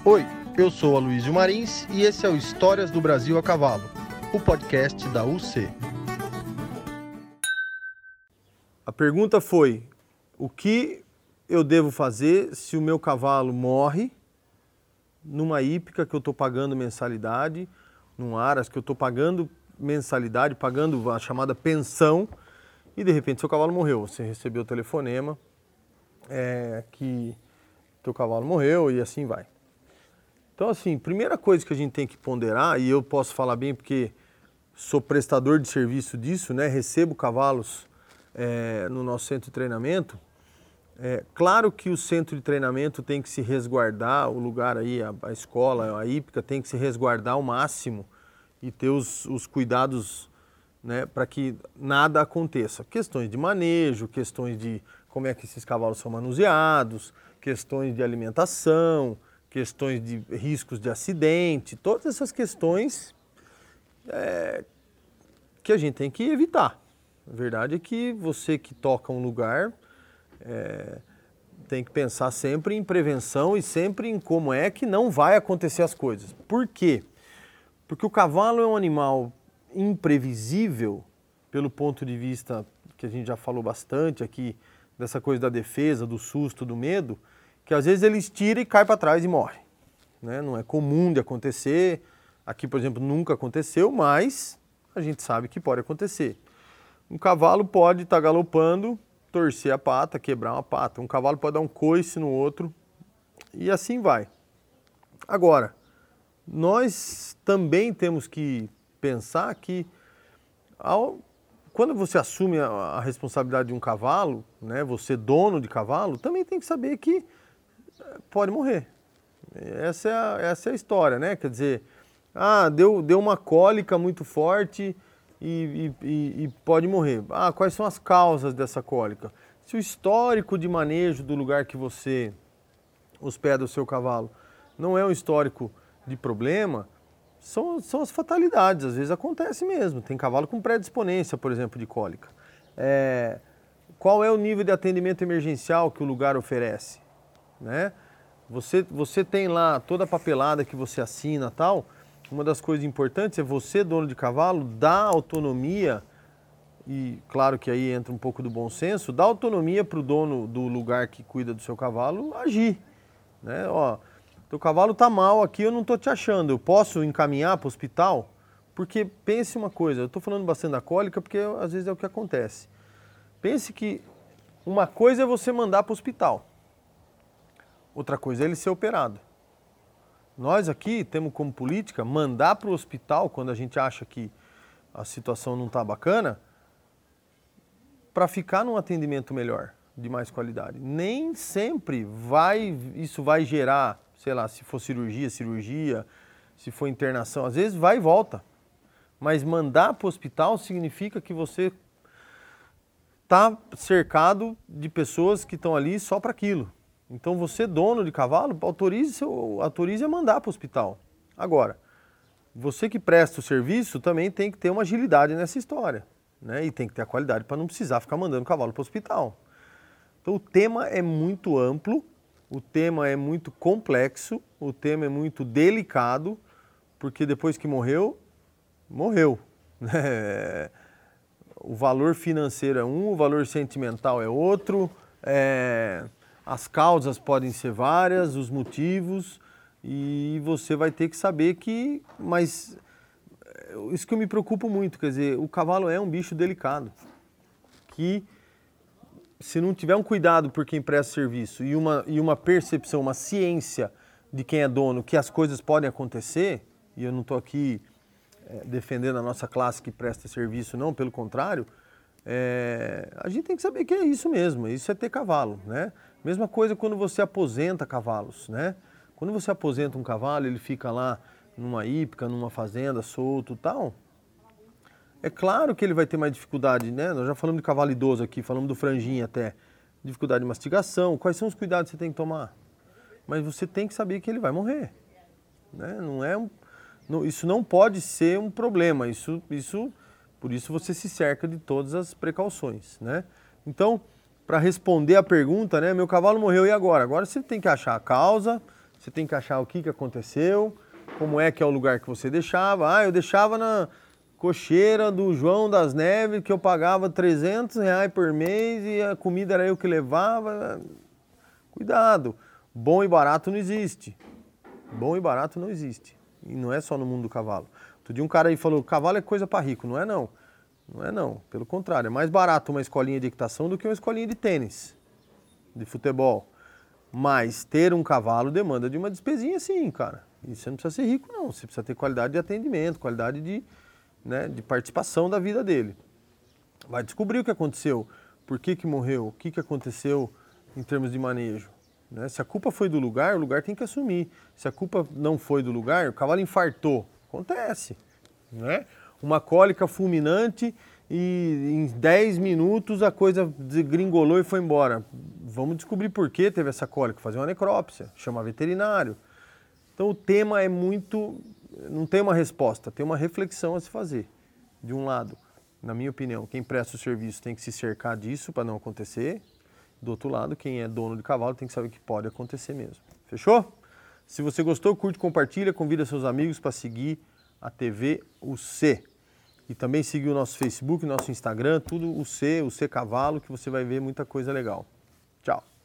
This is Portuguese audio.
Oi, eu sou Aloysio Marins e esse é o Histórias do Brasil a Cavalo, o podcast da UC. A pergunta foi, o que eu devo fazer se o meu cavalo morre numa hípica que eu estou pagando mensalidade, num aras que eu estou pagando mensalidade, pagando a chamada pensão, e de repente seu cavalo morreu. Você recebeu o telefonema que teu cavalo morreu e assim vai. Então assim, primeira coisa que a gente tem que ponderar, e eu posso falar bem porque sou prestador de serviço disso, né? Recebo cavalos no nosso centro de treinamento. Claro que o centro de treinamento tem que se resguardar, o lugar aí, a escola, a hípica tem que se resguardar ao máximo e ter os cuidados, né, para que nada aconteça. Questões de manejo, questões de como é que esses cavalos são manuseados, questões de alimentação, questões de riscos de acidente, todas essas questões que a gente tem que evitar. A verdade é que você que toca um lugar tem que pensar sempre em prevenção e sempre em como é que não vai acontecer as coisas. Por quê? Porque o cavalo é um animal imprevisível, pelo ponto de vista que a gente já falou bastante aqui, dessa coisa da defesa, do susto, do medo, que às vezes ele estira e cai para trás e morre. Né? Não é comum de acontecer, aqui, por exemplo, nunca aconteceu, mas a gente sabe que pode acontecer. Um cavalo pode estar galopando, torcer a pata, quebrar uma pata. Um cavalo pode dar um coice no outro e assim vai. Agora, nós também temos que pensar que quando você assume a responsabilidade de um cavalo, né, você dono de cavalo, também tem que saber que pode morrer. Essa é a história, né? Quer dizer, deu uma cólica muito forte e pode morrer. Quais são as causas dessa cólica? Se o histórico de manejo do lugar que você hospeda o seu cavalo não é um histórico de problema, são as fatalidades, às vezes acontece mesmo. Tem cavalo com predisponência, por exemplo, de cólica. Qual é o nível de atendimento emergencial que o lugar oferece? Né? Você tem lá toda a papelada que você assina e tal. Uma das coisas importantes é você, dono de cavalo, dar autonomia, e claro que aí entra um pouco do bom senso, dar autonomia para o dono do lugar que cuida do seu cavalo agir. Né? Teu cavalo está mal aqui, eu não estou te achando, eu posso encaminhar para o hospital? Porque pense uma coisa, eu estou falando bastante da cólica porque às vezes é o que acontece. Pense que uma coisa é você mandar para o hospital, outra coisa é ele ser operado. Nós aqui temos como política mandar para o hospital quando a gente acha que a situação não está bacana, para ficar num atendimento melhor, de mais qualidade. Nem sempre isso vai gerar, sei lá, se for cirurgia, se for internação, às vezes vai e volta. Mas mandar para o hospital significa que você está cercado de pessoas que estão ali só para aquilo. Então você, dono de cavalo, autorize a mandar para o hospital. Agora, você que presta o serviço também tem que ter uma agilidade nessa história, né? E tem que ter a qualidade para não precisar ficar mandando o cavalo para o hospital. Então o tema é muito amplo, o tema é muito complexo, o tema é muito delicado, porque depois que morreu, morreu. Né? O valor financeiro é um, o valor sentimental é outro, as causas podem ser várias, os motivos, e você vai ter que saber que... Mas isso que eu me preocupo muito, quer dizer, o cavalo é um bicho delicado, que se não tiver um cuidado por quem presta serviço e uma percepção, uma ciência de quem é dono, que as coisas podem acontecer, e eu não estou aqui defendendo a nossa classe que presta serviço, não, pelo contrário, a gente tem que saber que é isso mesmo, isso é ter cavalo, né? Mesma coisa quando você aposenta cavalos, né? Quando você aposenta um cavalo, ele fica lá numa hípica, numa fazenda, solto e tal, é claro que ele vai ter mais dificuldade, né? Nós já falamos de cavalo idoso aqui, falamos do franjinha até, dificuldade de mastigação, quais são os cuidados que você tem que tomar? Mas você tem que saber que ele vai morrer, né? Isso não pode ser um problema, por isso você se cerca de todas as precauções, né? Então, para responder a pergunta, né? Meu cavalo morreu e agora? Agora você tem que achar a causa, você tem que achar o que aconteceu, como é que é o lugar que você deixava. Eu deixava na cocheira do João das Neves, que eu pagava R$300 por mês e a comida era eu que levava. Cuidado, bom e barato não existe. Bom e barato não existe. E não é só no mundo do cavalo. Outro dia um cara aí falou, cavalo é coisa para rico. Não é não. Não é não. Pelo contrário, é mais barato uma escolinha de equitação do que uma escolinha de tênis, de futebol. Mas ter um cavalo demanda de uma despesinha sim, cara. E você não precisa ser rico não. Você precisa ter qualidade de atendimento, qualidade de participação da vida dele. Vai descobrir o que aconteceu, por que morreu, o que aconteceu em termos de manejo. Né? Se a culpa foi do lugar, o lugar tem que assumir. Se a culpa não foi do lugar, o cavalo infartou. Acontece. Né? Uma cólica fulminante e em 10 minutos a coisa desgringolou e foi embora. Vamos descobrir por que teve essa cólica, fazer uma necrópsia, chamar veterinário. Então o tema é muito... Não tem uma resposta, tem uma reflexão a se fazer. De um lado, na minha opinião, quem presta o serviço tem que se cercar disso para não acontecer. Do outro lado, quem é dono de cavalo tem que saber que pode acontecer mesmo. Fechou? Se você gostou, curte, compartilha, convida seus amigos para seguir a TV UC. E também seguir o nosso Facebook, nosso Instagram, tudo UC Cavalo, que você vai ver muita coisa legal. Tchau!